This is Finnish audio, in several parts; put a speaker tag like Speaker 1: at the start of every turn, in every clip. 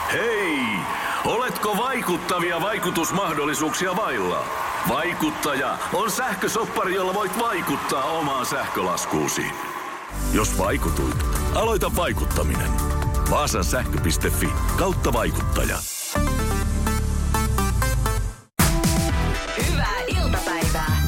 Speaker 1: Hei! Oletko vaikuttavia vaikutusmahdollisuuksia vailla? Vaikuttaja on sähkösoppari, jolla voit vaikuttaa omaan sähkölaskuusi. Jos vaikutuit, aloita vaikuttaminen. Vaasan sähkö.fi/vaikuttaja.
Speaker 2: Hyvää iltapäivää.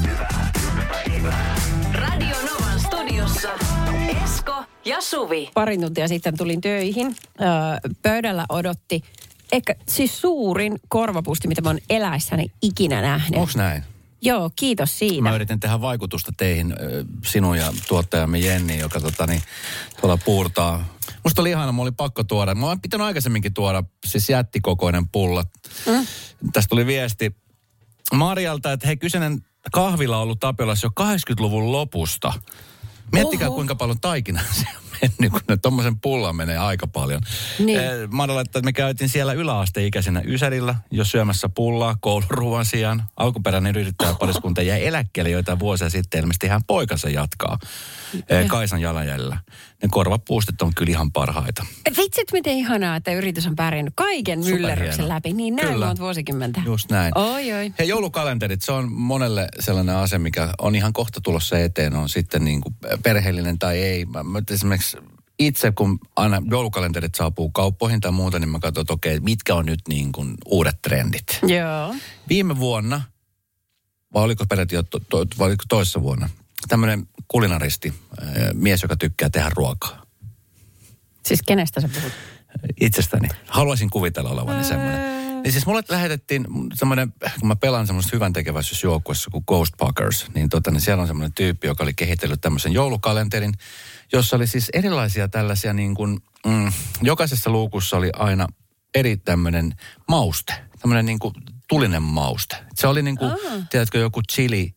Speaker 2: Radio Novan studiossa Esko ja Suvi.
Speaker 3: Pari tuntia sitten tulin töihin. Pöydällä odotti ehkä siis suurin korvapusti, mitä mä oon eläissäni ikinä nähnyt.
Speaker 4: Onks näin?
Speaker 3: Joo, kiitos siitä.
Speaker 4: Mä yritin tehdä vaikutusta teihin, sinun ja tuottajamme Jenni, joka tuolla puurtaa. Musta oli ihana, mä oli pakko tuoda. Mä oon pitänyt aikaisemminkin tuoda siis jättikokoinen pulla. Tästä tuli viesti Marjalta, että hei, kyseinen kahvila on ollut Tapiolassa jo 80-luvun lopusta. Miettikää, kuinka paljon taikinaa se on mennyt, kun ne tommosen pullan menee aika paljon.
Speaker 3: Niin.
Speaker 4: Madalla, että me käytiin siellä yläasteikäisenä Ysärillä, jo syömässä pullaa kouluruuan sijaan. Alkuperäinen yrittäjäpariskunta jäi eläkkeelle joitain vuosia sitten, ilmeisesti hän poikansa jatkaa Kaisan jalanjäljellä. Ne korvapuustit on kyllä ihan parhaita.
Speaker 3: Vitsit, miten ihanaa, että yritys on pärjännyt kaiken myllerryksen läpi. Niin näin monta vuosikymmentä.
Speaker 4: Just näin.
Speaker 3: Oi.
Speaker 4: Hei, joulukalenterit, se on monelle sellainen asia, mikä on ihan kohta tulossa eteen. On sitten niin kuin perheellinen tai ei. Mä esimerkiksi itse, kun aina joulukalenterit saapuu kauppoihin tai muuta, niin mä katson, että okei, mitkä on nyt niin kuin uudet trendit.
Speaker 3: Joo.
Speaker 4: Viime vuonna, vai oliko peräti jo toissa vuonna, tämmöinen kulinaristi, mies, joka tykkää tehdä ruokaa.
Speaker 3: Siis kenestä sä puhut?
Speaker 4: Itsestäni. Haluaisin kuvitella olevani semmoinen. Niin siis mulle lähetettiin semmoinen, kun mä pelaan semmoista hyväntekeväisyysjoukkuessa kuin Ghost Packers, niin siellä on semmoinen tyyppi, joka oli kehitellyt tämmöisen joulukalenterin, jossa oli siis erilaisia tällaisia niin kuin, jokaisessa luukussa oli aina eri tämmöinen mauste, tämmöinen niin kuin tulinen mauste. Se oli niin kuin, tiedätkö, joku chili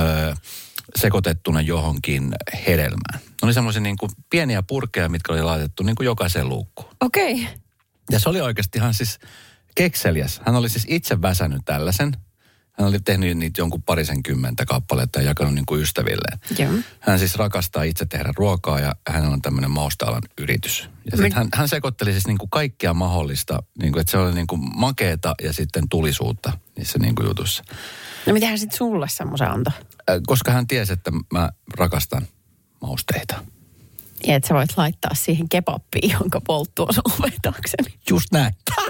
Speaker 4: sekoitettuna johonkin hedelmään. Ne oli semmoisia niin kuin pieniä purkkeja, mitkä oli laitettu niin kuin jokaiseen luukkuun.
Speaker 3: Okei. Okay.
Speaker 4: Ja se oli oikeasti ihan siis kekseliäs. Hän oli siis itse väsänyt tällaisen. Hän oli tehnyt niitä jonkun 20 kappaletta ja jakanut niin kuin ystävilleen.
Speaker 3: Joo.
Speaker 4: Hän siis rakastaa itse tehdä ruokaa ja hänellä on tämmöinen maustealan yritys. Ja sitten hän sekoitteli siis niin kuin kaikkea mahdollista, niin kuin, että se oli niin kuin makeeta ja sitten tulisuutta niissä niin kuin jutuissa.
Speaker 3: No mitä hän sitten sulle semmoisen antoi?
Speaker 4: Koska hän tiesi, että mä rakastan mausteita.
Speaker 3: Ja että sä voit laittaa siihen kebabbiin, jonka polttua solvetaakseni.
Speaker 4: Just näin.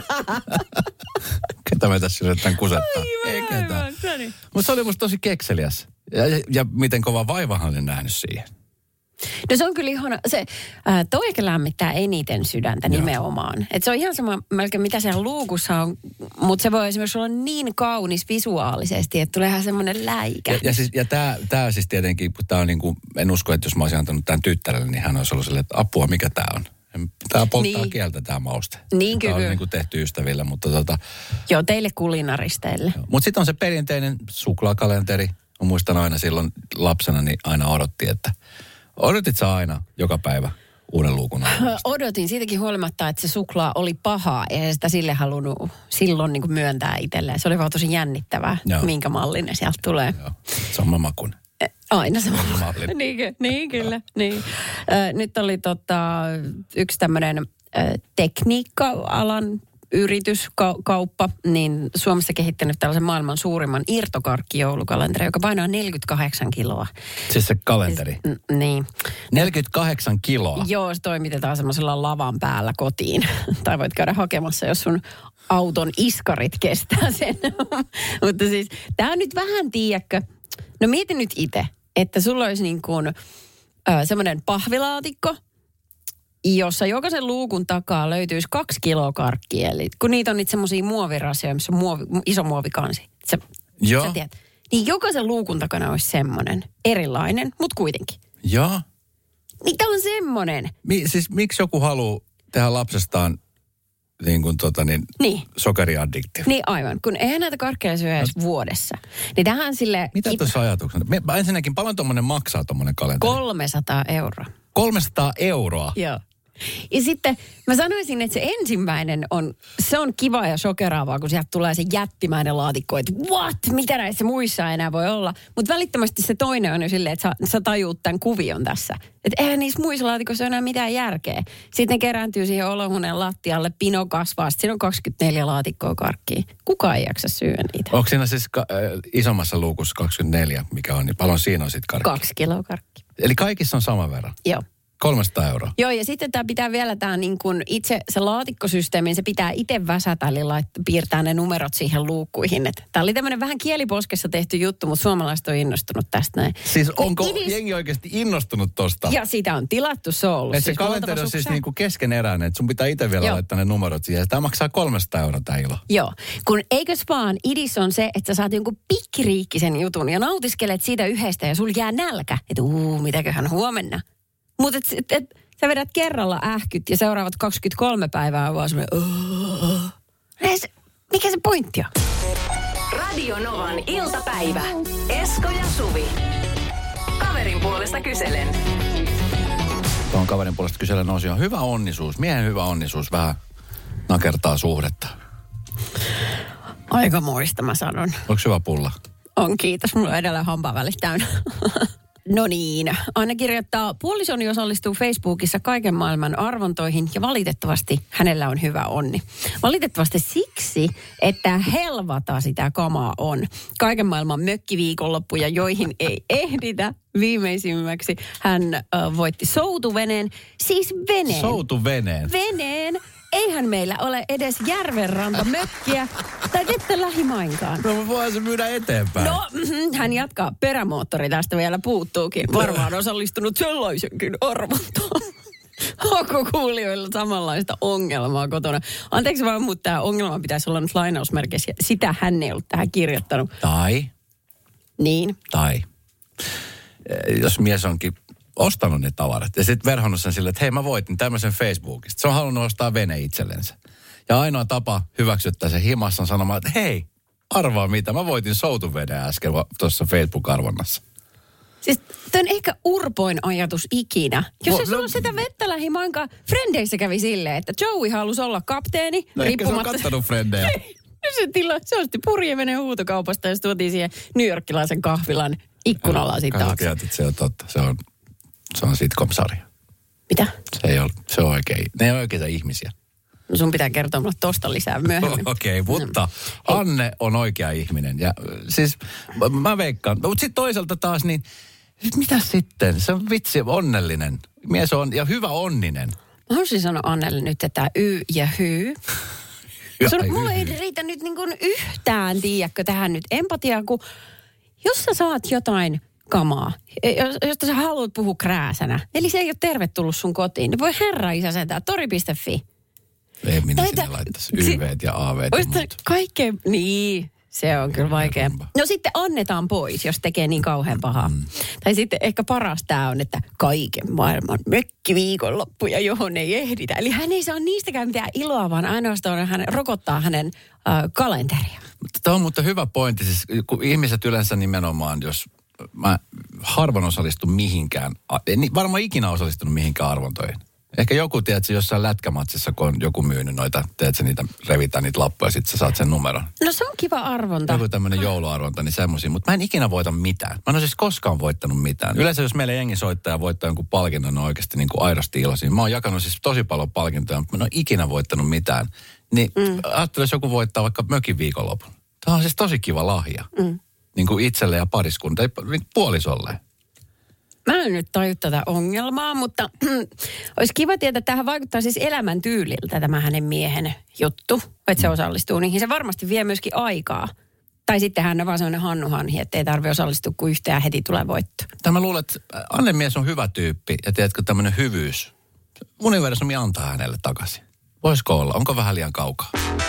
Speaker 4: Ketä me tässä yritetään kusettaa? Ei ketään. Mutta se oli musta tosi kekseliäs. Ja miten kova vaivahan olen nähnyt siihen.
Speaker 3: No se on kyllä ihana. Se toi ehkä lämmittää eniten sydäntä nimenomaan. Että se on ihan sama melkein mitä siellä luukussa on, mutta se voi esimerkiksi olla niin kaunis visuaalisesti, että tulee ihan semmoinen läikä.
Speaker 4: Ja tämä siis tietenkin, kun tämä on niin kuin, en usko, että jos mä olisin antanut tämän tyttärelle, niin hän olisi ollut silleen, että apua, mikä tämä on. Tämä polttaa kieltä tämä mauste.
Speaker 3: Niin
Speaker 4: tämä
Speaker 3: kyllä.
Speaker 4: on niin kuin tehty ystävillä, mutta
Speaker 3: Joo, teille kulinaristeille.
Speaker 4: Mutta sitten on se perinteinen suklaakalenteri. Mä muistan aina silloin lapsena, niin aina odotti, että odotit sä aina joka päivä uuden luukun alueesta?
Speaker 3: Odotin siitäkin huolimatta, että se suklaa oli pahaa. Ja sitä sille halunnut silloin niin kuin myöntää itselleen. Se oli vaan tosi jännittävää, minkä mallinen sieltä tulee.
Speaker 4: Joo, sama makuinen.
Speaker 3: Aina sama mallinen. niin kyllä. Niin. Nyt oli yksi tämmöinen tekniikka-alan yrityskauppa, niin Suomessa kehittänyt tällaisen maailman suurimman irtokarkkijoulukalenterin, joka painaa 48 kiloa.
Speaker 4: Siis se kalenteri?
Speaker 3: Niin.
Speaker 4: 48 kiloa?
Speaker 3: Joo, se toimitetaan semmoisella lavan päällä kotiin. Tai voit käydä hakemassa, jos sun auton iskarit kestää sen. Mutta siis, tää on nyt vähän, tiedätkö, no mieti nyt itse, että sulla olisi niin kuin semmoinen pahvilaatikko, jossa jokaisen luukun takaa löytyisi 2 kiloa karkkia. Eli kun niitä on niitä semmoisia muovirasioja, missä on iso muovikansi. Sä tiedät. Niin jokaisen luukun takana olisi semmoinen. Erilainen, mutta kuitenkin.
Speaker 4: Joo.
Speaker 3: Niin tää on semmoinen.
Speaker 4: Siis miksi joku haluaa tehdä lapsestaan niin kuin sokeriaddikti?
Speaker 3: Niin aivan. Kun eihän näitä karkkeja syö edes vuodessa. Niin tähän sille...
Speaker 4: Mitä tuossa ajatuksena? Ensinnäkin paljon tuommoinen maksaa tuommoinen kalenteri?
Speaker 3: 300 €.
Speaker 4: 300 €?
Speaker 3: Joo. Ja sitten mä sanoisin, että se ensimmäinen se on kiva ja shokeraavaa, kun sieltä tulee se jättimäinen laatikko, että what, mitä näissä muissa enää voi olla. Mutta välittömästi se toinen on jo silleen, että sä tajuut tämän kuvion tässä. Että eihän niissä muissa laatikoissa ole enää mitään järkeä. Sitten ne kerääntyy siihen olohuoneen lattialle, pino kasvaa, sitten siinä on 24 laatikkoa karkkia. Kukaan ei jaksa syödä niitä.
Speaker 4: Onko siinä siis isommassa luukussa 24, mikä on, niin paljon siinä on sitten karkkia?
Speaker 3: 2 kiloa karkkia.
Speaker 4: Eli kaikissa on saman verran?
Speaker 3: Joo.
Speaker 4: 300 €.
Speaker 3: Joo, ja sitten tämä pitää vielä niin kuin itse se laatikkosysteemi, se pitää itse väsätä, eli piirtää ne numerot siihen luukkuihin. Tämä oli tämmöinen vähän kieliposkessa tehty juttu, mutta suomalaiset on innostunut tästä näin.
Speaker 4: Siis onko jengi oikeasti innostunut tosta?
Speaker 3: Ja sitä on tilattu, se on ollut.
Speaker 4: Se kalenteri on siis niinku keskeneräinen, että sun pitää itse vielä laittaa ne numerot siihen. Tämä maksaa 300 € tämä ilo.
Speaker 3: Joo, kun eikös vaan idis on se, että sä saat jonkun pikkiriikkisen jutun ja nautiskelet siitä yhdestä ja sul jää nälkä. Että mitäköhän huomenna. Mutta sä vedät kerralla ähkyt ja seuraavat 23 päivää on vaan semmoinen mikä se pointti on?
Speaker 2: Radio Novan iltapäivä. Esko ja Suvi. Kaverin puolesta kyselen.
Speaker 4: Tuon kaverin puolesta kyselen osio. Hyvä onnisuus, miehen hyvä onnisuus vähän nakertaa suhdetta.
Speaker 3: Aika muista mä sanon.
Speaker 4: Onko hyvä pulla?
Speaker 3: On, kiitos. Mulla on edelleen hampaan välissä täynnä. No niin, Anna kirjoittaa, puolisoni osallistuu Facebookissa kaiken maailman arvontoihin ja valitettavasti hänellä on hyvä onni. Valitettavasti siksi, että helvata sitä kamaa on. Kaiken maailman mökkiviikonloppuja, joihin ei ehditä. Viimeisimmäksi hän voitti soutuveneen, siis veneen.
Speaker 4: Soutuveneen?
Speaker 3: Veneen. Eihän meillä ole edes järvenrantamökkiä tai vettä lähimainkaan.
Speaker 4: No voihan se myydä eteenpäin.
Speaker 3: No, hän jatkaa. Perämoottori tästä vielä puuttuukin. Varmaan osallistunut sellaisenkin arvontaan. Onko kuulijoilla samanlaista ongelmaa kotona? Anteeksi vaan, mutta tämä ongelma pitäisi olla nyt lainausmerkeissä. Sitä hän ei ollut tähän kirjoittanut.
Speaker 4: Tai?
Speaker 3: Niin.
Speaker 4: Tai. Jos mies onkin ostanut ne tavarat ja sitten verhonnut sen sille, että hei mä voitin tämmöisen Facebookista. Se on halunnut ostaa vene itsellensä. Ja ainoa tapa hyväksyttää se himassa on sanomaan, että hei, arvaa mitä, mä voitin soutuveneen äsken tuossa Facebook-arvonnassa. Siis
Speaker 3: tämän ehkä urpoin ajatus ikinä. Jos ei sulla ole sitä vettä lähimainkaan, Frendeissä kävi silleen, että Joey halusi olla kapteeni.
Speaker 4: No ehkä se on kattanut Frendejä.
Speaker 3: Se osti purjeveneen huutokaupasta ja se tuotiin siihen newyorkilaisen kahvilan ikkunalla siitä taakse.
Speaker 4: Tiedät, että se on totta. Se on sitcom-sarja.
Speaker 3: Mitä?
Speaker 4: Se on oikein. Ne on oikeita ihmisiä.
Speaker 3: No sun pitää kertoa mulle tosta lisää myöhemmin.
Speaker 4: Okei, mutta Anne on oikea ihminen. Ja siis mä veikkaan. Mutta sitten toisaalta taas niin, mitä sitten? Se on vitsi onnellinen. Mies on ja hyvä onninen.
Speaker 3: Mä haluaisin sanoa Annelle nyt, että y ja hy. Mulla ei riitä nyt niin kuin yhtään, tiedätkö, tähän nyt empatiaa, kun jos sä saat jotain kamaa, josta sä haluat puhua krääsänä, eli se ei ole tervetullut sun kotiin, niin voi herra isä sentään, tori.fi.
Speaker 4: Ei minä sinne laittaisi YVt ja AVt ja muut.
Speaker 3: Kaikkeen, niin, se on kyllä vaikea. No sitten annetaan pois, jos tekee niin kauhean pahaa. Tai sitten ehkä paras tää on, että kaiken maailman mökkiviikonloppuja, johon ei ehditä. Eli hän ei saa niistäkään mitään iloa, vaan ainoastaan hän rokottaa hänen kalenteria.
Speaker 4: Tämä on mutta hyvä pointti, siis kun ihmiset yleensä nimenomaan, jos mä harvoin osallistun mihinkään, varmaan ikinä osallistunut mihinkään arvontoihin. Ehkä joku, tiedätkö, jossain lätkämatsissa, kun on joku myynyt noita, tiedätkö, revitään niitä lappuja, sit sä saat sen numeron.
Speaker 3: No se on kiva arvonta.
Speaker 4: Joku tämmöinen jouluarvonta, niin semmoisia, mutta mä en ikinä voita mitään. Mä en ole siis koskaan voittanut mitään. Yleensä jos meille jengi soittaa ja voittaa jonkun palkinnon, ne on oikeasti niin kuin aidosti iloisia. Mä oon jakanut siis tosi paljon palkintoja, mutta mä en ole ikinä voittanut mitään. Niin ajattelin, jos joku voittaa vaikka mökin viikonlopun. Tämä on siis tosi kiva lahja. Niin kuin itselle ja pariskunta, tai puolisolle.
Speaker 3: Mä en nyt taju tätä ongelmaa, mutta olisi kiva tietää, että tähän vaikuttaa siis elämäntyyliltä tämä hänen miehen juttu, että se osallistuu niihin. Se varmasti vie myöskin aikaa. Tai sitten hän on vaan sellainen hannuhanhi, että ei tarvitse osallistua, kun yhtään heti tulee voitto.
Speaker 4: Mä luulen, että Anne mies on hyvä tyyppi ja tiedätkö tämmöinen hyvyys. Universumi antaa hänelle takaisin. Voisiko olla? Onko vähän liian kaukaa?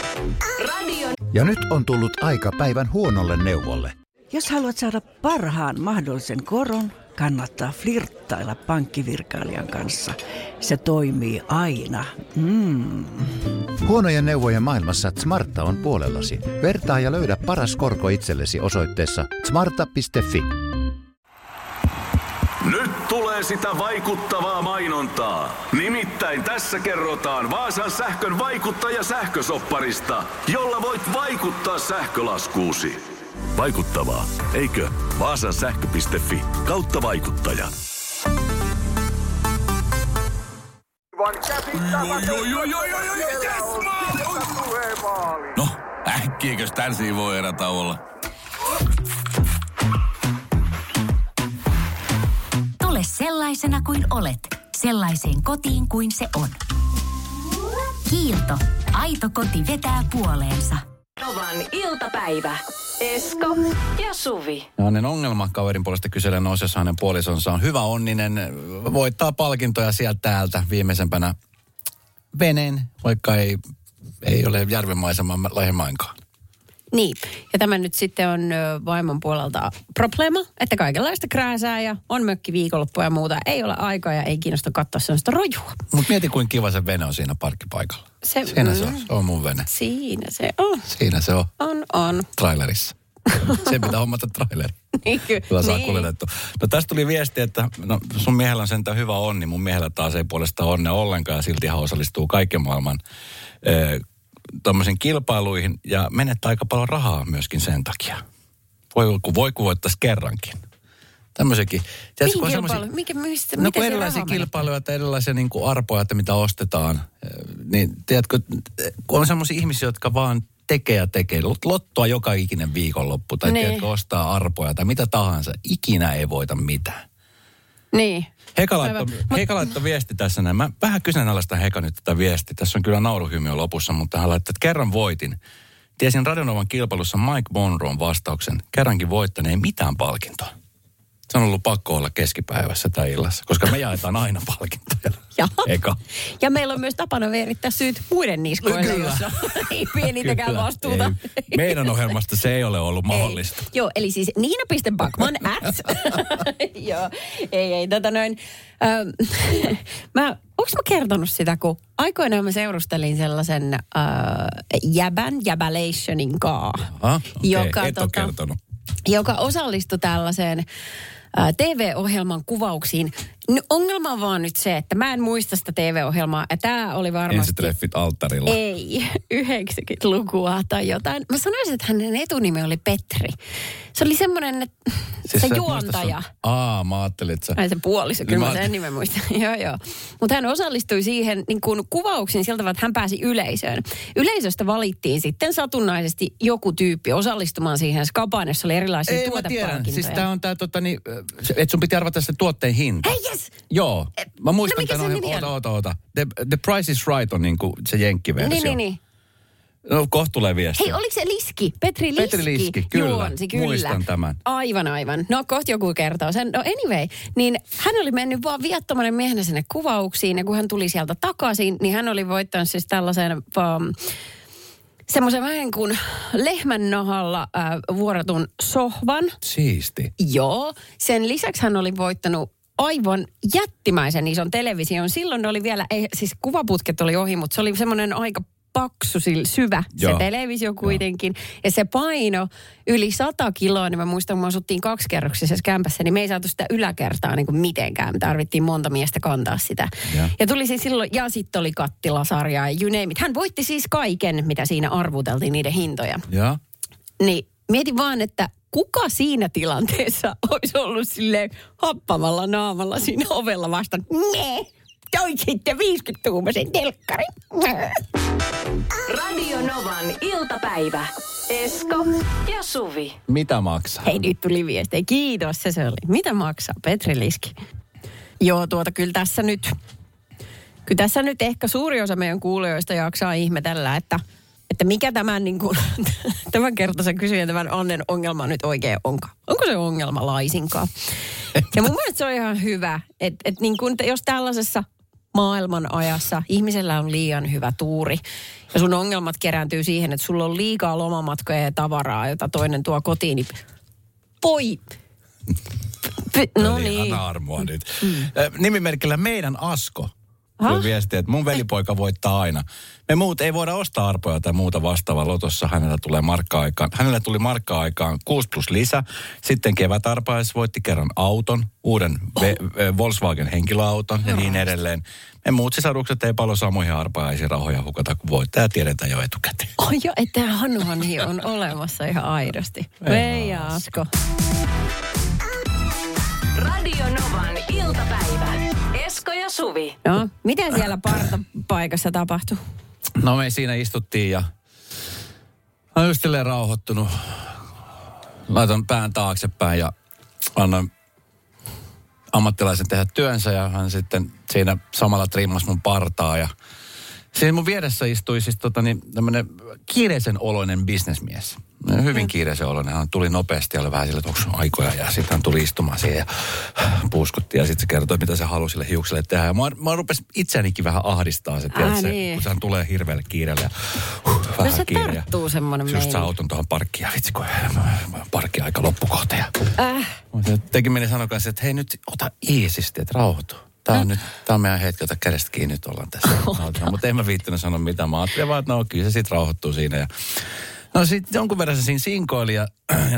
Speaker 5: Ja nyt on tullut aika päivän huonolle neuvolle.
Speaker 6: Jos haluat saada parhaan mahdollisen koron, kannattaa flirttailla pankkivirkailijan kanssa. Se toimii aina.
Speaker 5: Huonojen neuvojen maailmassa Smarta on puolellasi. Vertaa ja löydä paras korko itsellesi osoitteessa smarta.fi.
Speaker 1: Nyt tulee tulee sitä vaikuttavaa mainontaa. Nimittäin tässä kerrotaan Vaasan sähkön vaikuttaja-sähkösopparista, jolla voit vaikuttaa sähkölaskuusi. Vaikuttavaa, eikö? Vaasansähkö.fi/vaikuttaja.
Speaker 7: No, äkkiäkös tän siivoo erätauolla?
Speaker 8: Tule sellaisena kuin olet, sellaiseen kotiin kuin se on. Kiilto. Aito koti vetää puoleensa.
Speaker 2: Novan iltapäivä. Esko ja Suvi.
Speaker 4: Hänen ongelmakaverin puolesta kyselen jos hänen puolisonsa on hyvä onninen, voittaa palkintoja sieltä täältä viimeisempänä veneen, vaikka ei ole järvenmaisemaa lähimainkaan.
Speaker 3: Niin, ja tämä nyt sitten on vaimon puolelta problema, että kaikenlaista krääsää ja on mökki viikonloppu ja muuta. Ei ole aikaa ja ei kiinnosta katsoa sellaista rojua.
Speaker 4: Mutta mieti, kuinka kiva se vene on siinä parkkipaikalla. Siinä se on mun vene.
Speaker 3: Siinä se on.
Speaker 4: Siinä se on.
Speaker 3: On.
Speaker 4: Trailerissa. Sen pitää hommata traileri.
Speaker 3: Niin
Speaker 4: kyllä saa kuljetettu. No tästä tuli viesti, että sun miehellä on sentään hyvä onni. Mun miehellä taas ei puolestaan onnea ollenkaan ja silti hän osallistuu kaiken maailman tuommoisiin kilpailuihin ja menettää aika paljon rahaa myöskin sen takia. Voi kun voittaisi kerrankin. Tämmöisiäkin.
Speaker 3: Mihin kilpailu? Mistä
Speaker 4: kun erilaisia kilpailuja tai erilaisia niin kuin arpoja, että mitä ostetaan. Niin tiedätkö, kun on semmoisia ihmisiä, jotka vaan tekee lottoa joka ikinen viikonloppu. Tai tiedätkö, ostaa arpoja tai mitä tahansa. Ikinä ei voita mitään.
Speaker 3: Niin.
Speaker 4: Heika laittoi viesti tässä näin. Mä vähän kyseenalaistan Heika nyt tätä viestiä. Tässä on kyllä nauruhymiö lopussa, mutta hän laittoi, että kerran voitin. Tiesin Radionovan kilpailussa Mike Monroon vastauksen. Kerrankin voittaneen ei mitään palkintoa. Se on ollut pakko olla keskipäivässä tai illassa, koska me jaetaan aina palkintoja. Eka.
Speaker 3: Ja meillä on myös tapana vierittää syyt muiden niskoille, jossa ei pienitäkään vastuuta.
Speaker 4: Ei. Meidän ohjelmasta se ei ole ollut mahdollista.
Speaker 3: Joo, eli siis Niina.Backman Joo, ei. Onko mä kertonut sitä, kun aikoinaan mä seurustelin sellaisen Jäbälationin kaa, joka osallistui tällaiseen TV-ohjelman kuvauksiin. Ongelma on vaan nyt se, että mä en muista sitä TV-ohjelmaa. Ja tää oli varmasti...
Speaker 4: Ensitreffit alttarilla.
Speaker 3: Ei, 90-lukua tai jotain. Mä sanoisin, että hänen etunimi oli Petri. Se oli semmoinen, että siis se juontaja.
Speaker 4: Mä ajattelin, että
Speaker 3: Ai se puoliso, kyllä mä sen nimen muistan. Joo. Mutta hän osallistui siihen niin kuin kuvauksiin siltä, että hän pääsi yleisöön. Yleisöstä valittiin sitten satunnaisesti joku tyyppi osallistumaan siihen skapaan, jossa oli erilaisia tuotepalkintoja.
Speaker 4: Mä tiedän. Siis tää on tää että sun piti arvata se tuotteen hinta.
Speaker 3: Hei, yes!
Speaker 4: Joo. Mä muistan
Speaker 3: mikä sen nimi on?
Speaker 4: Oota. The Price is Right on niinku se jenkkiversio.
Speaker 3: Niin.
Speaker 4: No, kohta tulee viesti.
Speaker 3: Hei, oliko se Liski? Petri Liski,
Speaker 4: kyllä.
Speaker 3: Juonsi, kyllä.
Speaker 4: Muistan tämän.
Speaker 3: Aivan. No, kohta joku kertoo sen. No anyway, niin hän oli mennyt vaan viattomainen miehenä sinne kuvauksiin, ja kun hän tuli sieltä takaisin, niin hän oli voittanut siis tällaisen... semmoisen vähän kuin lehmän nahalla vuoratun sohvan.
Speaker 4: Siisti.
Speaker 3: Joo. Sen lisäksi hän oli voittanut aivan jättimäisen ison television. Silloin oli vielä, siis kuvaputket oli ohi, mutta se oli semmoinen aika paksu, syvä se televisio kuitenkin. Ja se paino yli 100 kiloa, niin mä muistan, kun me asuttiin 2-kerroksisessa kämpässä, niin me ei saatu sitä yläkertaa niin kuin mitenkään. Me tarvittiin monta miestä kantaa sitä. Ja tuli siis silloin, ja sitten oli kattilasarja ja you name it. Hän voitti siis kaiken, mitä siinä arvuteltiin, niiden hintoja.
Speaker 4: Ja.
Speaker 3: Niin mietin vaan, että kuka siinä tilanteessa olisi ollut silleen happamalla naamalla siinä ovella vastaan. Toi sitten 50-tuumaisen telkkarin.
Speaker 2: Radio Novan iltapäivä. Esko ja Suvi.
Speaker 4: Mitä maksaa?
Speaker 3: Hei, nyt tuli viesti. Kiitos, se oli. Mitä maksaa, Petri Liski? Joo, kyllä tässä nyt ehkä suuri osa meidän kuulijoista jaksaa ihmetellä, että mikä tämän niin kuin, tämän kertaisen kysyjän tämän onnen ongelma nyt oikein onkaan. Onko se ongelma laisinkaan? Ja mun mielestä se on ihan hyvä, että niin kuin, jos tällaisessa maailman ajassa ihmisellä on liian hyvä tuuri ja sun ongelmat kerääntyy siihen, että sulla on liikaa lomamatkoja ja tavaraa, jota toinen tuo kotiin, niin voi...
Speaker 4: No niin. Anna armoa nyt. Nimimerkillä meidän Asko Tuli viesti, että mun velipoika voittaa aina. Me muut ei voida ostaa arpoja tai muuta vastaavaa lotossa. Hänellä tuli markka-aikaan 6 plus lisä. Sitten kevätarpaajassa voitti kerran auton, uuden Volkswagen henkilöauton ja niin edelleen. Me muut sisarukset ei paljon samoihin arpaajaisiin rahoja hukata, kun voittaja tiedetään jo etukäteen.
Speaker 3: Jo, että Hannuhani on olemassa ihan aidosti. Veija Asko.
Speaker 2: Radio Novan iltapäivä. Esko ja Suvi.
Speaker 3: No, mitä siellä partopaikassa tapahtui?
Speaker 4: No me siinä istuttiin ja olen just silleen rauhoittunut. Laitan pään taaksepäin ja annoin ammattilaisen tehdä työnsä ja hän sitten siinä samalla trimmasi mun partaa. Ja siinä mun vieressä istui siis tämmönen kiireisen oloinen bisnesmies. Hyvin kiireisen oloinen. Hän tuli nopeasti ja oli vähän sille, että onko aikoja. Ja sitten hän tuli istumaan siihen ja puuskutti. Ja sitten se kertoi, mitä se halusi sille hiukselle tehdä. Ja mä rupesin itseänikin vähän ahdistaa se,
Speaker 3: niin.
Speaker 4: kun hän tulee hirveällä kiireellä. Ja,
Speaker 3: vähän se kiire. Tarttuu semmoinen
Speaker 4: meini. Just saa auton tuohon parkkiin ja vitsi, kun parkkiaika loppukohta. Tekin meni sanoa kanssa, että hei nyt ota iisisti, että rauhoitu. Tämä on meidän hetki, ota kädestä kiinni, nyt ollaan tässä. Mutta en mä viittynyt sanoa mitään. Mä ajattelin vaan, että no kyllä se sitten rauhoittuu siinä. Ja no sitten jonkun verran se siinä sinkoili ja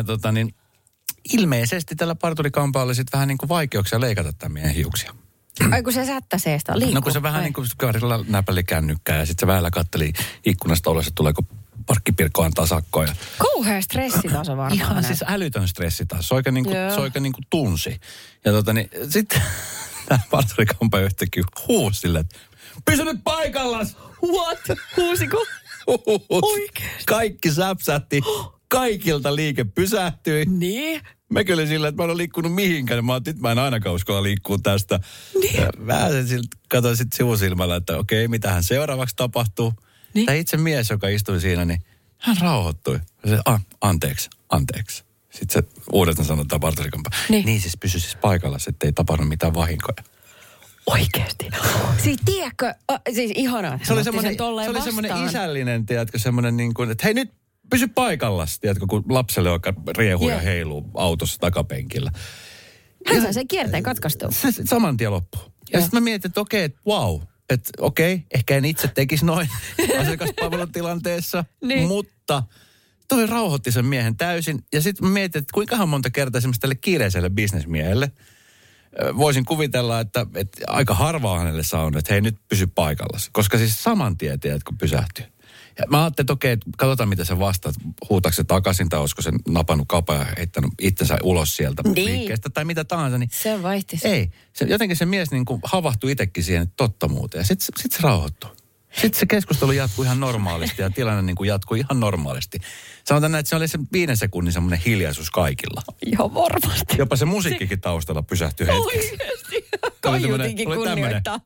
Speaker 4: ilmeisesti tällä parturikampaalla oli sitten vähän niin kuin vaikeuksia leikata tämän miehen hiuksia.
Speaker 3: Ai kun se sättäseestä liikkuu.
Speaker 4: No kun se vähän niin kuin kaarilla näpäli kännykkää ja sitten se vähällä katteli ikkunasta ulos, että tuleeko parkkipirkko antaa sakkoja.
Speaker 3: Kauhea stressitaso varmaan.
Speaker 4: Ihan siis älytön stressitaso. Se oikein niin kuin tunsi. Ja sitten tämä parturikampa yhtäkkiä huusi silleen, että pysy nyt paikallaan!
Speaker 3: What? Huusiko? Oikeesti?
Speaker 4: Kaikki säpsähti. Kaikilta liike pysähtyi.
Speaker 3: Niin?
Speaker 4: Mä kyllä sillä, että mä en ole liikkunut mihinkään. Mä ajattelin, että mä en ainakaan uskalla liikkua tästä.
Speaker 3: Niin?
Speaker 4: Mä katsoin sitten sivusilmällä, että okei, mitähän seuraavaksi tapahtuu. Niin? Tämä itse mies, joka istui siinä, niin hän rauhoittui. Se, anteeksi. Sitten se uudestaan sanoi tämä parturikampa. Niin siis pysy siis paikalla, että ei tapahdu mitään vahinkoja.
Speaker 3: Oikeesti? Siis tiedätkö, siis ihanaa.
Speaker 4: Se oli semmoinen isällinen, tiedätkö, semmoinen niin kuin, että hei nyt pysy paikallasi, tiedätkö, kun lapselle joka riehuu ja heiluu autossa takapenkillä.
Speaker 3: Hän sai sen kierteen katkaistua.
Speaker 4: Saman tien loppu. Ja sitten mä mietin, että okei, ehkä en itse tekisi noin asiakaspalvelutilanteessa, mutta toi rauhoitti sen miehen täysin. Ja sitten mä mietin, että kuinkahan monta kertaa esimerkiksi tälle kiireiselle bisnesmiehelle voisin kuvitella, että aika harvaa hänelle saa, että hei nyt pysy paikallasi. Koska siis saman tien tiedät, kun pysähtyy. Ja mä ajattelin, että okei, katsotaan mitä se vastaat. Huutaako se takaisin tai olisiko se napannut kapa ja heittänyt itsensä ulos sieltä liikkeestä tai mitä tahansa. Niin
Speaker 3: se vaihti.
Speaker 4: Ei. Jotenkin se mies niin kuin havahtui itsekin siihen tottamuuteen ja sit se rauhoittui. Sitten se keskustelu jatkui ihan normaalisti ja tilanne niin kuin jatkui ihan normaalisti. Sanotaan näin, että se oli se 5 sekunnin semmoinen hiljaisuus kaikilla.
Speaker 3: Joo, varmasti.
Speaker 4: Jopa se musiikkikin taustalla pysähtyi hetkeksi.
Speaker 3: Oikeasti. Kaiutinkin kunnioittaa.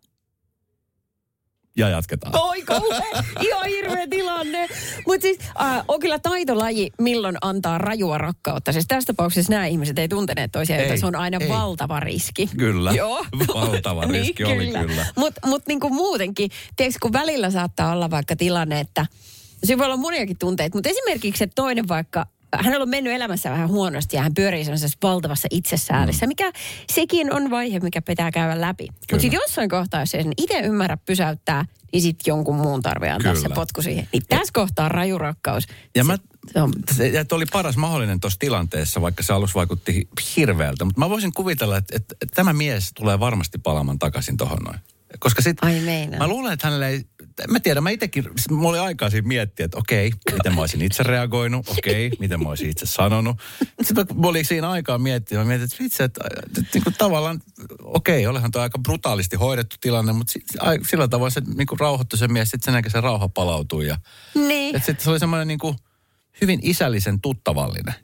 Speaker 4: Ja jatketaan.
Speaker 3: Oi kauhean, ihan hirveä tilanne. Mutta siis on kyllä taitolaji, milloin antaa rajua rakkautta. Siis tässä tapauksessa nämä ihmiset ei tunteneet toisiaan, joten se on aina valtava riski.
Speaker 4: Kyllä,
Speaker 3: joo.
Speaker 4: Valtava riski niin, oli kyllä.
Speaker 3: Mutta niinku muutenkin, tiedätkö, kun välillä saattaa olla vaikka tilanne, että siinä voi olla moniakin tunteita, mutta esimerkiksi, että toinen vaikka, hänellä on mennyt elämässä vähän huonosti ja hän pyörii sellaisessa valtavassa itsesäälissä, mikä sekin on vaihe, mikä pitää käydä läpi. Mutta sitten jossain kohtaa, jos ei sen itse ymmärrä pysäyttää, niin sitten jonkun muun tarvitsee antaa se potku siihen. Niin tässä kohtaa raju rakkaus.
Speaker 4: Ja se oli paras mahdollinen tuossa tilanteessa, vaikka se alussa vaikutti hirveältä. Mutta mä voisin kuvitella, että tämä mies tulee varmasti palaamaan takaisin tuohon noin. Koska sitten mä luulen, että hänellä ei, mä tiedän, mä itsekin, mulla oli aikaa siinä miettiä, että okei, miten mä olisin itse reagoinut, miten mä olisin itse sanonut. Sitten mä olin siinä aikaa miettiä, mä mietin, että vitsi, että niin kuin tavallaan, olihan tuo aika brutaalisti hoidettu tilanne, mutta sillä tavoin se niin kuin rauhoittui se mies, sitten sen jälkeen se rauha palautui. Ja,
Speaker 3: niin.
Speaker 4: Että sitten se oli semmoinen niin kuin hyvin isällisen tuttavallinen.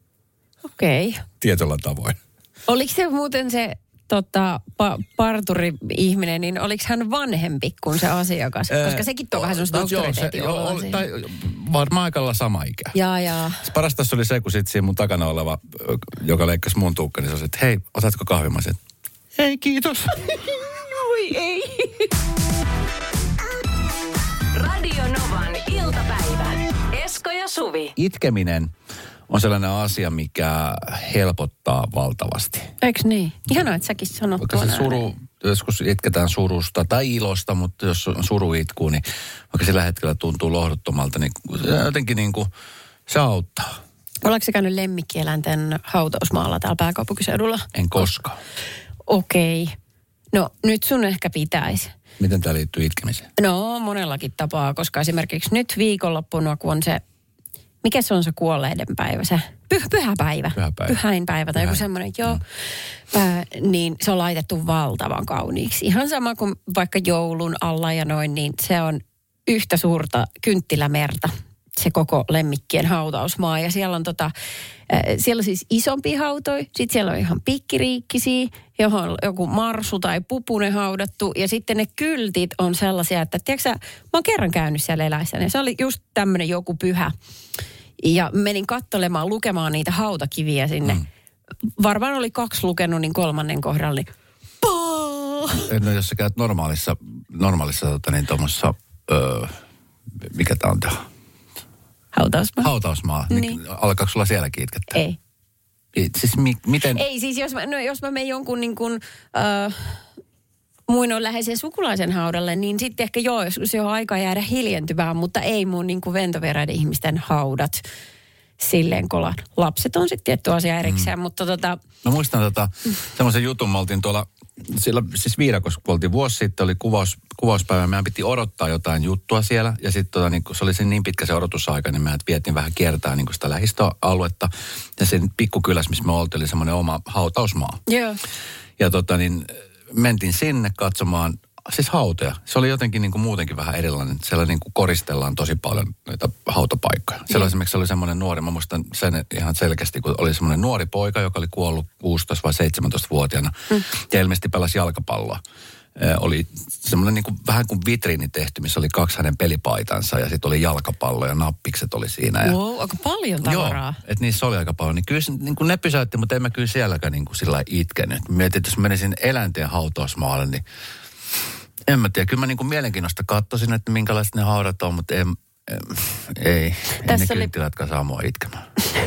Speaker 4: Tietyllä tavoin.
Speaker 3: Oliko se muuten se parturi-ihminen, niin oliko hän vanhempi kuin se asiakas? Koska sekin tuo vähän semmoista auktoriteetin oloa siihen.
Speaker 4: Tai varmaan aika lailla sama ikä.
Speaker 3: Jaa.
Speaker 4: Paras tässä oli se, kun sitten siinä mun takana oleva, joka leikkasi mun tuukka, niin se oli, että hei, otatko kahvin? Mä sanoin, että ei, kiitos.
Speaker 3: Oi, ei.
Speaker 2: Radio Novan iltapäivä. Esko ja Suvi.
Speaker 4: Itkeminen on sellainen asia, mikä helpottaa valtavasti.
Speaker 3: Eikö niin? Ihanaa, että säkin sanot
Speaker 4: tuon. Vaikka se joskus itketään surusta tai ilosta, mutta jos on suru itkuu, niin vaikka sillä hetkellä tuntuu lohduttomalta, niin jotenkin niin kuin se auttaa.
Speaker 3: Oletko sä käynyt lemmikkieläinten hautausmaalla täällä pääkaupunkiseudulla?
Speaker 4: En koskaan.
Speaker 3: Okei. No nyt sun ehkä pitäisi.
Speaker 4: Miten tämä liittyy itkemiseen?
Speaker 3: No monellakin tapaa, koska esimerkiksi nyt viikonloppuna, kun on se, mikä se on se kuolleiden päivä, se pyhäpäivä. Pyhäinpäivä tai joku semmoinen, joo. Niin se on laitettu valtavan kauniiksi. Ihan sama kuin vaikka joulun alla ja noin, niin se on yhtä suurta kynttilämerta, se koko lemmikkien hautausmaa. Ja siellä on siellä on siis isompia hautoja, sitten siellä on ihan pikkiriikkisiä, johon on joku marsu tai pupune haudattu. Ja sitten ne kyltit on sellaisia, että tiedätkö sä, mä oon kerran käynyt siellä eläissäni. Se oli just tämmöinen joku pyhä. Ja menin katselemaan, lukemaan niitä hautakiviä sinne. Varmaan oli 2 lukenut, niin 3. kohdalla, niin
Speaker 4: No jos sä käyt normaalissa niin tuommoissa, mikä tää on tää? Hautausmaa. Niin. Alkaako sulla sielläkin itkettää?
Speaker 3: Ei.
Speaker 4: Siis miten?
Speaker 3: Ei, siis jos mä menen jonkun niin kuin muinoin läheisen sukulaisen haudalle, niin sitten ehkä jos se on aika jäädä hiljentymään, mutta ei mun niin kuin ventovieraiden ihmisten haudat silleen kolan. Lapset on sitten tietty asia erikseen, mutta
Speaker 4: Mä muistan semmoisen jutun, me oltiin tuolla, siellä siis Viidakossa, kun oltiin vuosi sitten, oli kuvauspäivä, meidän piti odottaa jotain juttua siellä, ja sitten niin se oli niin pitkä se odotusaika, niin me vietiin vähän kiertää niin sitä lähistöaluetta, ja sen pikkukylässä, missä me oltiin, oli semmoinen oma hautausmaa.
Speaker 3: Joo.
Speaker 4: Ja mentiin sinne katsomaan, siis hautoja. Se oli jotenkin niin kuin muutenkin vähän erilainen. Siellä niin kuin koristellaan tosi paljon noita hautapaikkoja. Siellä esimerkiksi oli semmoinen nuori, mä muistan sen ihan selkeästi, kun oli semmoinen nuori poika, joka oli kuollut 16 vai 17-vuotiaana. Ja ilmeisesti pelasi jalkapalloa. Oli semmoinen niin kuin, vähän kuin vitriini tehty, missä oli 2 hänen pelipaitansa ja sitten oli jalkapallo ja nappikset oli siinä. Ja
Speaker 3: wow, aika paljon tavaraa.
Speaker 4: Joo, että niissä oli aika paljon. Niin kyllä niin kuin ne pysäytti, mutta en mä kyllä sielläkään niin kuin sillä lailla itkenyt. Mietin, että jos menisin eläinten hautausmaalle, niin en mä tiedä. Kyllä mä niin kuin mielenkiinnosta katsoisin, että minkälaiset ne haudat on, mutta ei ne kynttilätkä saa mua itkemään.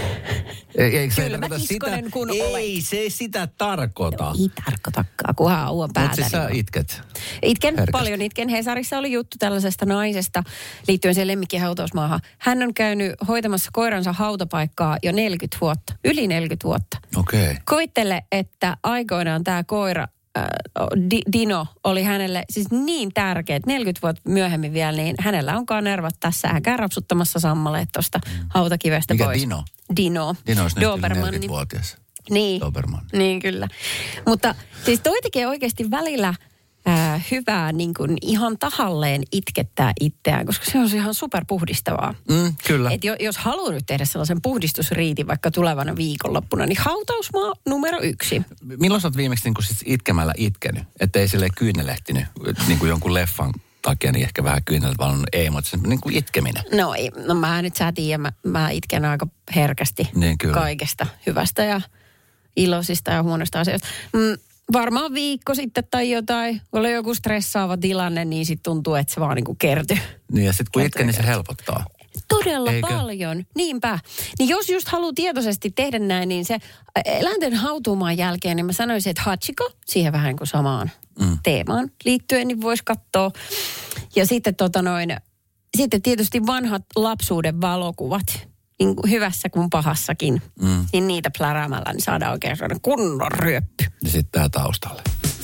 Speaker 3: Kylmäkiskonen kun olet.
Speaker 4: Ei se sitä tarkoita.
Speaker 3: Ei tarkoitakaan, kunhan auan päätä.
Speaker 4: Mutta sä itket.
Speaker 3: Paljon itken. Hesarissa oli juttu tällaisesta naisesta liittyen siihen lemmikkihautausmaahan. Hän on käynyt hoitamassa koiransa hautapaikkaa jo 40 vuotta. Yli 40 vuotta.
Speaker 4: Okei. Okay.
Speaker 3: Koittele, että aikoinaan tämä koira Dino oli hänelle siis niin tärkeä, että 40 vuotta myöhemmin vielä, niin hänellä onkaan nervat tässä. Hän käy rapsuttamassa sammaleet tuosta hautakivestä
Speaker 4: mikä
Speaker 3: pois.
Speaker 4: Dino?
Speaker 3: Dino.
Speaker 4: Dino olisi nyt 40-vuotias.
Speaker 3: Niin.
Speaker 4: Dobermann.
Speaker 3: Niin, kyllä. Mutta siis toi tekee oikeasti välillä hyvää niin kuin ihan tahalleen itkettää itseään, koska se on ihan superpuhdistavaa.
Speaker 4: Kyllä.
Speaker 3: Et jos haluaa nyt tehdä sellaisen puhdistusriitin vaikka tulevana viikonloppuna, niin hautausmaa numero 1.
Speaker 4: Milloin sä oot viimeksi niin kuin siis itkemällä itkenyt? Että ei silleen kyynelehtinyt niin kuin jonkun leffan takia, niin ehkä vähän kyynelät valonnut. Ei, mutta se niin kuin itkeminen.
Speaker 3: No mä nyt sä tiedä, mä itken aika herkästi
Speaker 4: niin,
Speaker 3: kaikesta hyvästä ja iloisista ja huonoista asioista. Varmaan viikko sitten tai jotain, oli joku stressaava tilanne, niin sitten tuntuu, että se vaan niin kuin kertyy.
Speaker 4: Niin ja sitten kun itken, niin se helpottaa.
Speaker 3: Todella paljon, niinpä. Niin jos just haluaa tietoisesti tehdä näin, niin se eläinten hautuumaan jälkeen, niin mä sanoisin, että hachiko, siihen vähän kuin samaan teemaan liittyen, niin voisi katsoa. Ja sitten sitten tietysti vanhat lapsuuden valokuvat, niin hyvässä kuin pahassakin, niin niitä pläräämällä niin saadaan oikein sellainen kunnon ryöppy.
Speaker 4: Ja sitten tää taustalle.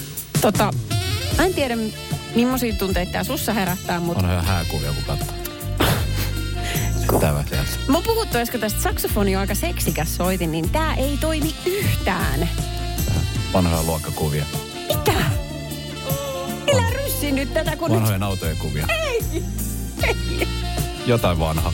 Speaker 3: Mä en tiedä, millaisia tunteita tää sussa herättää, mutta
Speaker 4: on ihan hääkuvia, kun katsoo.
Speaker 3: Mä oon puhuttu äsken tästä saksofoni on aika seksikäs soitin, niin tää ei toimi yhtään.
Speaker 4: Vanhoja luokkakuvia.
Speaker 3: Mitä? Elä ryssi nyt tätä, kun
Speaker 4: vanhojen autojen kuvia.
Speaker 3: Ei.
Speaker 4: Jotain vanhaa.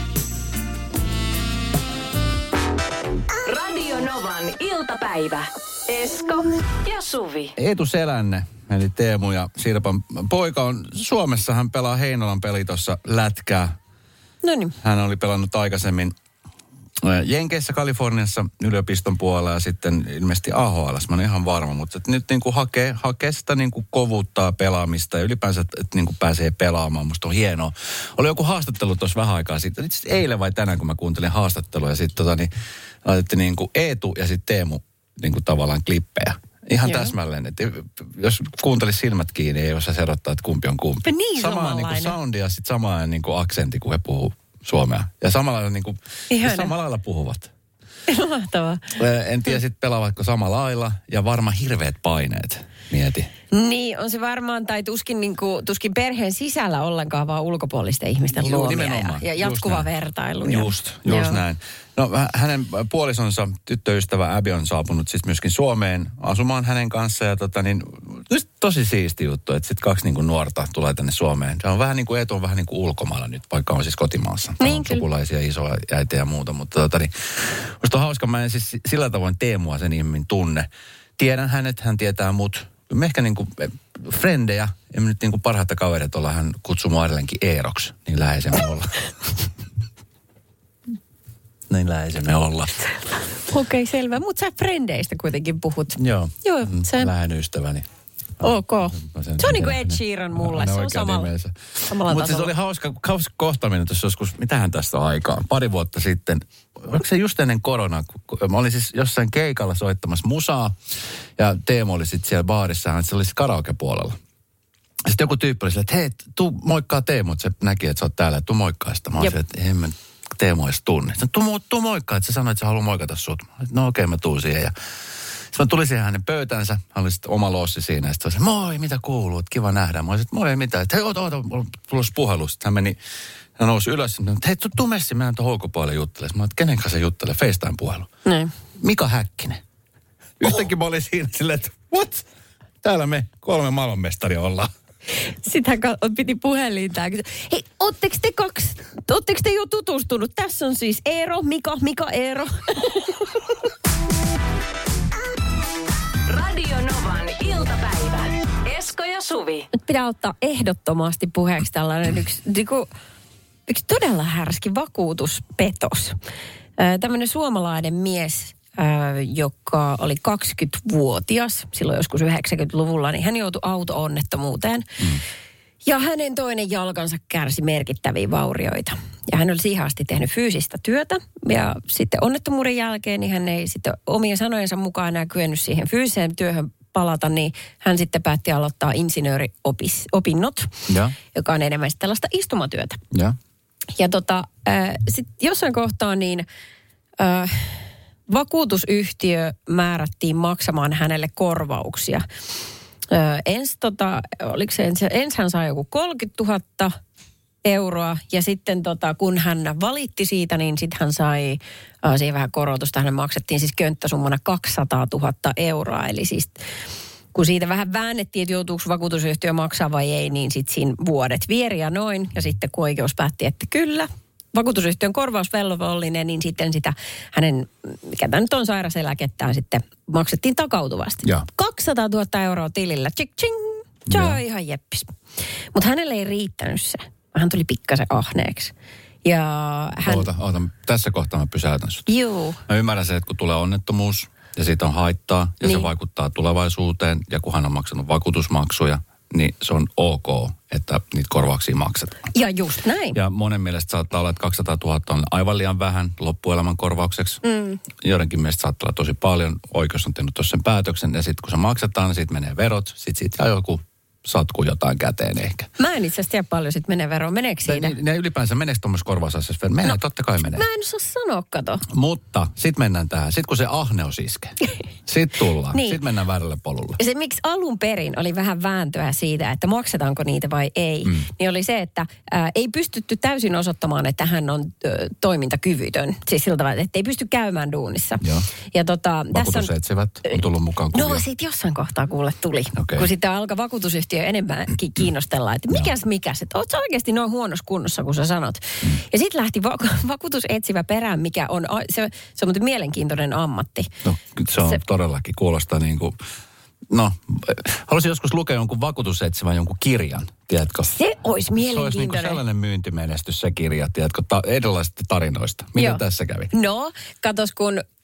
Speaker 2: Radio Novan iltapäivä. Esko ja Suvi.
Speaker 4: Eetu Selänne, eli Teemu ja Sirpan poika on Suomessa. Hän pelaa Heinolan pelitossa lätkää.
Speaker 3: Noniin.
Speaker 4: Hän oli pelannut aikaisemmin Jenkeissä, Kaliforniassa yliopiston puolella ja sitten ilmeisesti AHL:ssä. Mä olen ihan varma, mutta nyt niin kuin hakee sitä niin kuin kovuuttaa pelaamista ja ylipäänsä, että niin kuin pääsee pelaamaan. Musta on hienoa. Oli joku haastattelu tuossa vähän aikaa sitten. Itse eilen vai tänään, kun mä kuuntelin haastattelua ja sitten laitettiin niin kuin Eetu ja sitten Teemu niin kuin tavallaan klippejä. Ihan täsmälleen. Että jos kuuntelisi silmät kiinni, ei osaa erottaa, että kumpi on kumpi.
Speaker 3: Niin
Speaker 4: samaan niin kuin soundi ja sitten samaan niin kuin aksentti, kun he puhuu suomea. Ja samalla lailla, niin kuin, samalla lailla puhuvat.
Speaker 3: Mahtavaa.
Speaker 4: En tiedä sitten pelaavatko samalla lailla ja varmaan hirveät paineet. Mieti.
Speaker 3: Niin, on se varmaan, tai tuskin perheen sisällä ollenkaan, vaan ulkopuolisten ihmisten luomia ja jatkuva vertailu.
Speaker 4: Just näin. No hänen puolisonsa tyttöystävä Abby on saapunut siis myöskin Suomeen asumaan hänen kanssaan. Ja tosi siisti juttu, että sitten 2 niin kuin nuorta tulee tänne Suomeen. Se on vähän niin kuin Eetu on vähän niin kuin ulkomailla nyt, vaikka on siis kotimaassa. Niin, on sukulaisia, isoja äitejä ja muuta. Mutta musta on hauska, mä en siis sillä tavoin Teemua sen ihminen tunne. Tiedän hänet, hän tietää mut. Me ehkä niin kuin frendejä, emme nyt niin kuin parhaita kavereita olla, hän kutsuu mua edelleenkin Eeroksi, niin läheisemme olla. Niin läheisemme olla.
Speaker 3: Okei, selvä. Mutta sä frendeistä kuitenkin puhut.
Speaker 4: Joo lähen ystäväni.
Speaker 3: Ok. Se on niin kuin Ed Sheeran mulle, se on samalla tasolla.
Speaker 4: Mutta siis oli hauska kohtaaminen tuossa joskus, mitähän tästä on aikaa, 2 vuotta sitten. Oliko se just ennen koronaa, kun mä olin siis jossain keikalla soittamassa musaa ja Teemu oli sitten siellä baarissa, se oli siis karaoke-puolella. Sitten joku tyyppi oli silleen, että hei, tuu moikkaa Teemu, että se näki, että sä oot täällä, tuu moikkaa sitä. Mä olin silleen, että en mä Teemu edes tunne. Sitten tuu moikkaa, että sä sanoit, että sä haluat moikata sut. No okei, mä tuun siihen ja sitten mä tulin siihen hänen pöytänsä, hän oli sitten oma lossi siinä, ja sitten moi, mitä kuuluu, että kiva nähdä. Mä olisin, että moi, mitä, että hei, oota, mulla on tulossa puhelu. Sitten hän nousi ylös, että hei, tuu messi, mennään tuon ulkopuolelle juttelemaan. Mä olin, että kenen kanssa juttelee, FaceTime-puhelu.
Speaker 3: Näin.
Speaker 4: Mika Häkkinen. Yhtäkkiä mä olin siinä silleen, että what? Täällä me 3 maailmanmestaria ollaan.
Speaker 3: Sitä piti puhelintaa. Hei, ootteko te jo tutustunut? Tässä on siis Eero, Mika Eero.
Speaker 2: Radio Novan iltapäivä. Esko ja Suvi.
Speaker 3: Nyt pitää ottaa ehdottomasti puheeksi tällainen yksi todella härski vakuutuspetos. Tämmöinen suomalainen mies, joka oli 20-vuotias, silloin joskus 90-luvulla, niin hän joutui auto-onnettomuuteen. Ja hänen toinen jalkansa kärsi merkittäviä vaurioita. Ja hän oli siihen asti tehnyt fyysistä työtä. Ja sitten onnettomuuden jälkeen, niin hän ei sitten omien sanojensa mukaan enää kyennyt siihen fyysiseen työhön palata, niin hän sitten päätti aloittaa insinööriopinnot, joka on enemmän tällaista istumatyötä. Ja sitten jossain kohtaa niin vakuutusyhtiö määrättiin hänelle korvauksia. Ensin hän sai joku 30 000 euroa ja sitten kun hän valitti siitä, niin sitten hän sai siihen vähän korotusta. Hän maksettiin siis könttäsummana 200 000 euroa. Eli siis kun siitä vähän väännettiin, että joutuuko vakuutusyhtiö maksaa vai ei, niin sitten siinä vuodet vieri ja noin. Ja sitten kun oikeus päätti, että kyllä, vakuutusyhtiön korvausvelvollinen, niin sitten sitä hänen, mikä tämä nyt on sairaseläkettään, sitten maksettiin takautuvasti. 200 000 euroa tilillä. Tsing, tsing. Se on ihan jeppis. Mutta hänelle ei riittänyt se. Hän tuli pikkasen ahneeksi. Ja hän...
Speaker 4: Oota. Tässä kohtaa mä pysäytän sut.
Speaker 3: Joo.
Speaker 4: Mä ymmärrän se, että kun tulee onnettomuus ja siitä on haittaa ja se vaikuttaa tulevaisuuteen ja kun hän on maksanut vakuutusmaksuja, niin se on ok, että niitä korvauksia maksetaan.
Speaker 3: Ja just näin.
Speaker 4: Ja monen mielestä saattaa olla, että 200 000 on aivan liian vähän loppuelämän korvaukseksi. Joidenkin mielestä saattaa olla tosi paljon. Oikeus on tehnyt tuossa sen päätöksen ja sitten kun se maksetaan, niin siitä menee verot. Sitten siitä joku satku jotain käteen ehkä.
Speaker 3: Mä en itse asiassa tiedä paljon sitten menee veroon. Meneekö siinä?
Speaker 4: Ne ylipäänsä meneekö tuommoisessa korvausasiassa? Menee, totta kai menee.
Speaker 3: Mä en osaa sanoa, kato.
Speaker 4: Mutta sitten mennään tähän. Sitten kun se ahneus iskee, sitten tullaan. Niin. Sitten mennään väärälle polulle.
Speaker 3: Se miksi alun perin oli vähän vääntöä siitä, että maksetaanko niitä vai ei, niin oli se, että ei pystytty täysin osoittamaan, että hän on toimintakyvytön. Siis siltä tavalla, että ei pysty käymään duunissa.
Speaker 4: Joo.
Speaker 3: Ja
Speaker 4: vakuutusetsivät on tullut mukaan kuvia.
Speaker 3: No sitten jossain kohtaa kuule tuli.
Speaker 4: Okay.
Speaker 3: Kun sitten alkaa vakuutusyhtiö enemmänkin kiinnostella, että mikäs, että oot sä oikeasti noin huonossa kunnossa, kun sä sanot. Ja sitten lähti vakuutusetsivä perään, mikä on, se on muuten mielenkiintoinen ammatti.
Speaker 4: No, se on todellakin, kuulostaa niin kuin, haluaisin joskus lukea jonkun vakuutusetsivän jonkun kirjan, tiedätkö?
Speaker 3: Se olisi mielenkiintoinen.
Speaker 4: Se olisi niin kuin sellainen myyntimenestys se kirja, tiedätkö, erilaisista tarinoista. Mitä tässä kävi?
Speaker 3: No, katos kun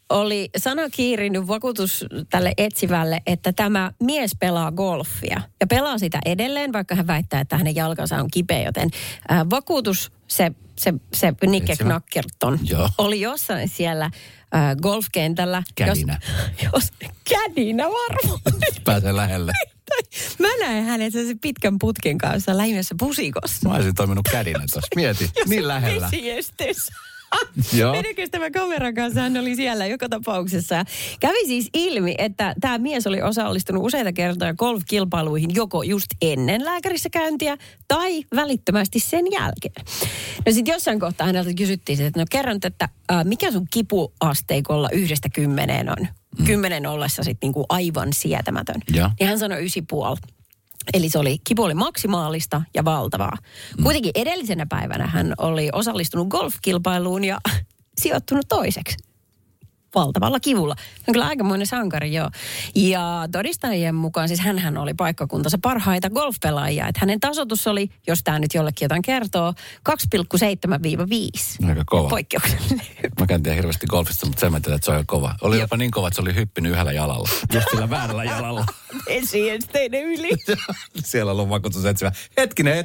Speaker 3: oli sana kiirinyt vakuutus tälle etsivälle, että tämä mies pelaa golfia. Ja pelaa sitä edelleen, vaikka hän väittää, että hänen jalkansa on kipeä, joten vakuutus, se Nikke Knackerton oli jossain siellä golfkentällä.
Speaker 4: Kädinä.
Speaker 3: Kädinä varmaan.
Speaker 4: Pääsee lähelle.
Speaker 3: Mä näen hänet se pitkän putken kanssa lähimässä pusikossa.
Speaker 4: Mä olisin toiminut kädinä tuossa. Mieti, niin lähellä.
Speaker 3: Vesiesteessä.
Speaker 4: Joo.
Speaker 3: Meidän kestävän kameran kanssa hän oli siellä joka tapauksessa. Kävi siis ilmi, että tämä mies oli osallistunut useita kertoja golfkilpailuihin joko just ennen lääkärissä käyntiä tai välittömästi sen jälkeen. No sitten jossain kohtaa häneltä kysyttiin, että no kerron, että mikä sun kipuasteikolla 1-10 on? 10 ollessa sitten niinku aivan sietämätön. Ja hän sanoi 9,5. Eli kipu oli maksimaalista ja valtavaa. Kuitenkin edellisenä päivänä hän oli osallistunut golfkilpailuun ja sijoittunut toiseksi. Valtavalla kivulla. Hän on kyllä aikamoinen sankari, joo. Ja todistajien mukaan siis hänhän oli paikkakuntansa parhaita golfpelaajia. Että hänen tasoitus oli, jos tämä nyt jollekin jotain kertoo, 2,7-5.
Speaker 4: Aika kova.
Speaker 3: Poikkeuksellinen.
Speaker 4: Mä en tiedä hirveästi golfista, mutta sä että se on kova. Oli jopa niin kova, että se oli hyppinyt yhdellä jalalla. Just sillä väärällä jalalla.
Speaker 3: Esiesteiden yli.
Speaker 4: Siellä on vakuutusetsivä. Hetkinen.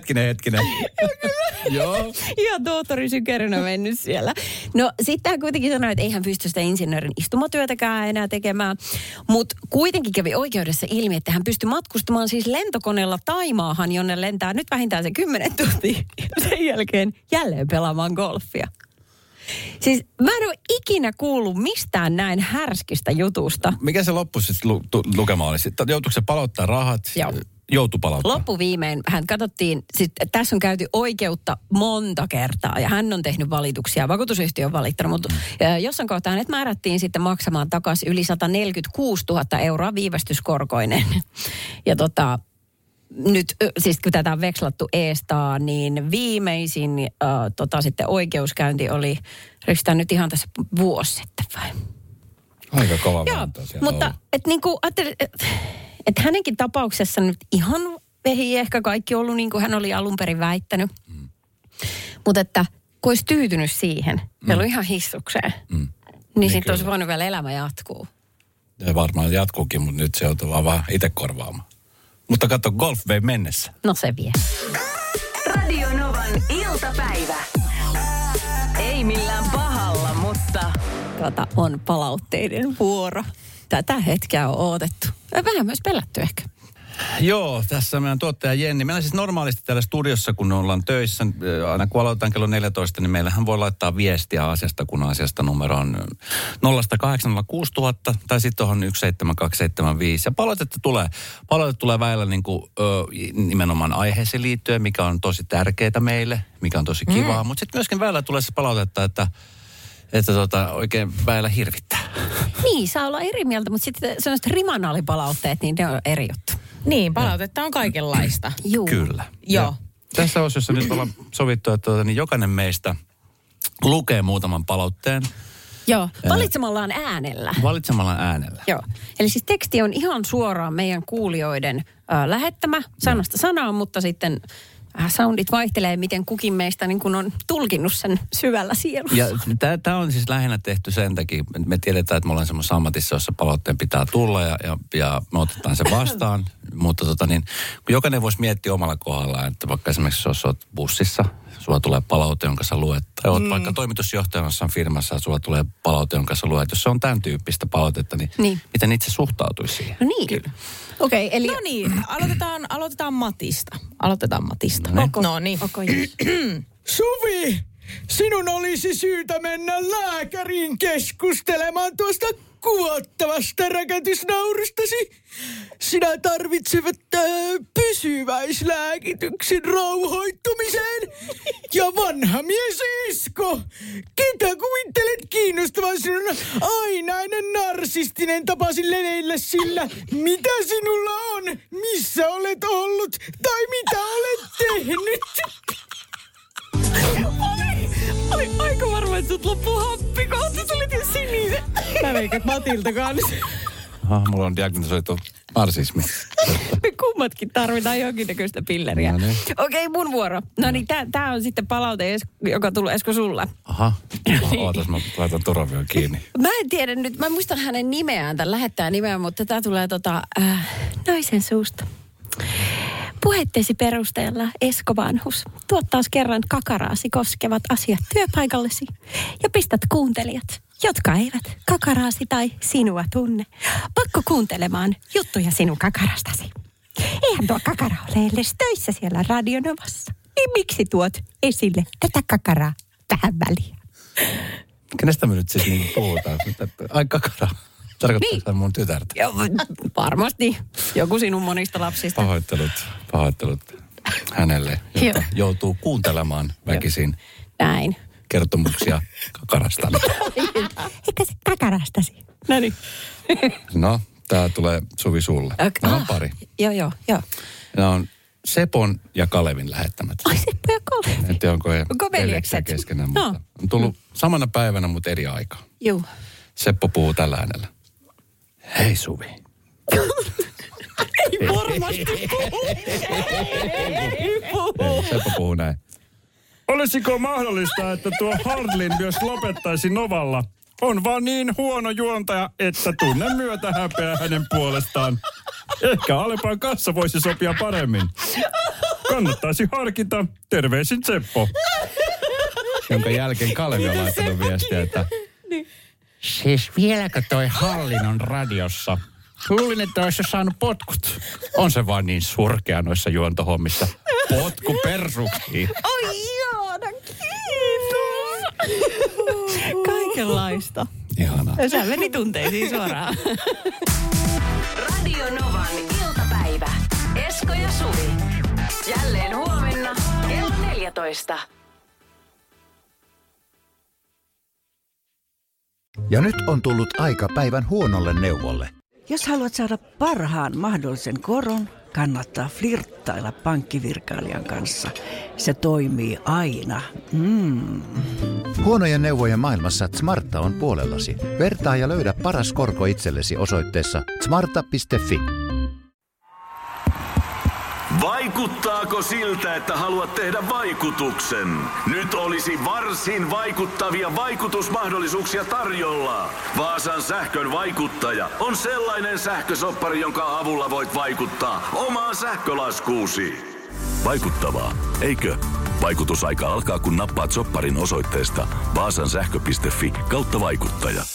Speaker 4: Joo.
Speaker 3: Ihan tohtori Sykerynä mennyt siellä. No sitten hän kuitenkin sanoi, että ei hän pysty sitä insinöörin istumatyötäkään enää tekemään. Mutta kuitenkin kävi oikeudessa ilmi, että hän pystyi matkustamaan siis lentokoneella Taimaahan, jonne lentää nyt vähintään se 10 tuntia. Ja sen jälkeen jälleen pelaamaan golfia. Siis mä en ole ikinä kuullut mistään näin härskistä jutusta.
Speaker 4: Mikä se loppu sitten lukema oli? Joutuiko se palauttaa rahat?
Speaker 3: Joo.
Speaker 4: Joutui palauttaa.
Speaker 3: Loppuviimein hän katsottiin, tässä on käyty oikeutta monta kertaa ja hän on tehnyt valituksia. Vakuutusyhtiö on valittanut, mutta jossain kohtaa hänet määrättiin sitten maksamaan takaisin yli 146 000 euroa viivästyskorkoinen. Ja nyt siis kun tätä on vekslattu eestaan, niin viimeisin sitten oikeuskäynti oli, oliko tämä nyt ihan tässä vuosi sitten vai?
Speaker 4: Aika kova.
Speaker 3: Joo, mutta että niinku ajattelin, että hänenkin tapauksessa nyt ihan ei ehkä kaikki ollut niin kuin hän oli alun perin väittänyt. Mutta että kun olisi tyytynyt siihen, ja ollut ihan hissukseen, niin sitten olisi voinut vielä elämä jatkuu.
Speaker 4: Ja varmaan jatkuukin, mutta nyt se joutuu vaan itse korvaamaan. Mutta katso, golf vei mennessä.
Speaker 3: No se vie.
Speaker 2: Radio Novan iltapäivä. Ei millään pahalla, mutta
Speaker 3: On palautteiden vuoro. Tätä hetkeä on odotettu. Vähän myös pelätty ehkä.
Speaker 4: Joo, tässä meidän tuottaja Jenni. Meillä siis normaalisti täällä studiossa, kun ollaan töissä, aina kun aloitetaan kello 14, niin meillähän voi laittaa viestiä asiasta, kun asiasta numero on 0806000 tai sitten tuohon 17275. Ja palautetta tulee välillä niin kuin, nimenomaan aiheeseen liittyen, mikä on tosi tärkeää meille, mikä on tosi kivaa. Mutta sitten myöskin välillä tulee se palautetta, että oikein väillä hirvittää.
Speaker 3: Niin, saa olla eri mieltä, mutta sitten sellaiset rimanaalipalautteet, niin ne on eri juttu.
Speaker 9: Niin, palautetta on kaikenlaista.
Speaker 3: Juu.
Speaker 4: Kyllä.
Speaker 9: Joo.
Speaker 4: Tässä osiossa nyt ollaan sovittu, että niin jokainen meistä lukee muutaman palautteen.
Speaker 3: Joo, valitsemallaan äänellä.
Speaker 4: Valitsemallaan äänellä.
Speaker 3: Joo, eli siis teksti on ihan suoraan meidän kuulijoiden lähettämä sanasta sanaan, mutta sitten soundit vaihtelee, miten kukin meistä niin kun on tulkinnut sen syvällä sielussa. Ja
Speaker 4: tämä on siis lähinnä tehty sen takia, me tiedetään, että me ollaan semmoisessa ammatissa, jossa palautteen pitää tulla ja me otetaan se vastaan. Mutta kun jokainen voisi miettiä omalla kohdallaan, että vaikka esimerkiksi jos olet bussissa, sulla tulee palaute, jonka sä luet. Tai olet vaikka toimitusjohtajassa firmassa, sulla tulee palaute, jonka sä luet. Jos se on tämän tyyppistä palautetta, niin miten itse suhtautuisi siihen?
Speaker 3: No niin. Kyllä. Okei, eli...
Speaker 9: No niin, aloitetaan Matista. No niin.
Speaker 10: Suvi, sinun olisi syytä mennä lääkäriin keskustelemaan tuosta kuvottavasta räkätysnaurustasi. Sinä tarvitsevat pysyväislääkityksen rauhoittumiseen. Ja vanha mies Esko, ketä kuvittelet kiinnostavan sinun ainainen narsistinen tapasi leneillä sillä, mitä sinulla on, missä olet ollut tai mitä olet tehnyt?
Speaker 3: Oli aika varma, että sut loppuu happi kohta. Sä olit jo sininen.
Speaker 9: Mä veikät Matilta kanssa.
Speaker 4: Mulla on diagnosoitu Narsismi.
Speaker 3: Me kummatkin tarvitaan jonkinnäköistä pilleriä.
Speaker 4: No niin.
Speaker 3: Okei, mun vuoro. No niin, tää on sitten palaute, joka tulee Esko sulle.
Speaker 4: Aha. Ootas, mä laitan Toravion kiinni.
Speaker 3: Mä en tiedä nyt, mä muistan hänen nimeään, tämän lähettää nimeä, mutta tää tulee naisen suusta. Puheitteesi perusteella Esko Vanhus, tuot taas kerran kakaraasi koskevat asiat työpaikallesi ja pistät kuuntelijat, jotka eivät kakaraasi tai sinua tunne, pakko kuuntelemaan juttuja sinun kakarastasi. Eihän tuo kakara ole edes töissä siellä Radionovassa. Niin miksi tuot esille tätä kakaraa tähän väliin?
Speaker 4: Kenestä me nyt siis niin puhutaan? Ai kakara. Tarkoittaa mun tytärtä.
Speaker 3: Joo, varmasti. Joku sinun monista lapsista.
Speaker 4: Pahoittelut hänelle, joka joutuu kuuntelemaan väkisin.
Speaker 3: Näin.
Speaker 4: Kertomuksia kakarasta.
Speaker 3: Eikä se kakarastasi. No niin.
Speaker 4: No, tää tulee Suvi sulle. Nämä on pari.
Speaker 3: Joo.
Speaker 4: Nämä on Sepon ja Kalevin lähettämät.
Speaker 3: Ai Seppo ja Kalevi.
Speaker 4: En tiedä, onko
Speaker 3: veljekset
Speaker 4: keskenään, mutta on tullut samana päivänä, mutta eri aikaa.
Speaker 3: Joo.
Speaker 4: Seppo puhuu tällä äänellä. Hei Suvi.
Speaker 3: Ei varmasti puhu.
Speaker 4: Seppo puhuu näin.
Speaker 11: Olisiko mahdollista, että tuo Hardlin myös lopettaisi Novalla? On vaan niin huono juontaja, että tunnen myötä häpeä hänen puolestaan. Ehkä Alepan kanssa voisi sopia paremmin. Kannattaisi harkita. Terveisin Seppo.
Speaker 4: Jonka jälkeen Kalevi on laittanut viestiä, että siis vieläkö toi Hallin on radiossa? Luulin, että olisi saanut potkut. On se vaan niin surkea noissa juontohommissa. Potku persuksiin.
Speaker 3: Oi ihana, kiitos. Kaikenlaista.
Speaker 4: Ihanaa.
Speaker 3: Sä meni tunteisiin suoraan.
Speaker 2: Radio Novan iltapäivä. Esko ja Suvi. Jälleen huomenna kello 14.
Speaker 5: Ja nyt on tullut aika päivän huonolle neuvolle.
Speaker 6: Jos haluat saada parhaan mahdollisen koron, kannattaa flirttailla pankkivirkailijan kanssa. Se toimii aina.
Speaker 5: Huonojen neuvojen maailmassa Smarta on puolellasi. Vertaa ja löydä paras korko itsellesi osoitteessa smarta.fi.
Speaker 1: Vaikuttaako siltä, että haluat tehdä vaikutuksen? Nyt olisi varsin vaikuttavia vaikutusmahdollisuuksia tarjolla. Vaasan sähkön vaikuttaja on sellainen sähkösoppari, jonka avulla voit vaikuttaa omaan sähkölaskuusi. Vaikuttavaa, eikö? Vaikutusaika alkaa, kun nappaat sopparin osoitteesta vaasansähkö.fi/vaikuttaja.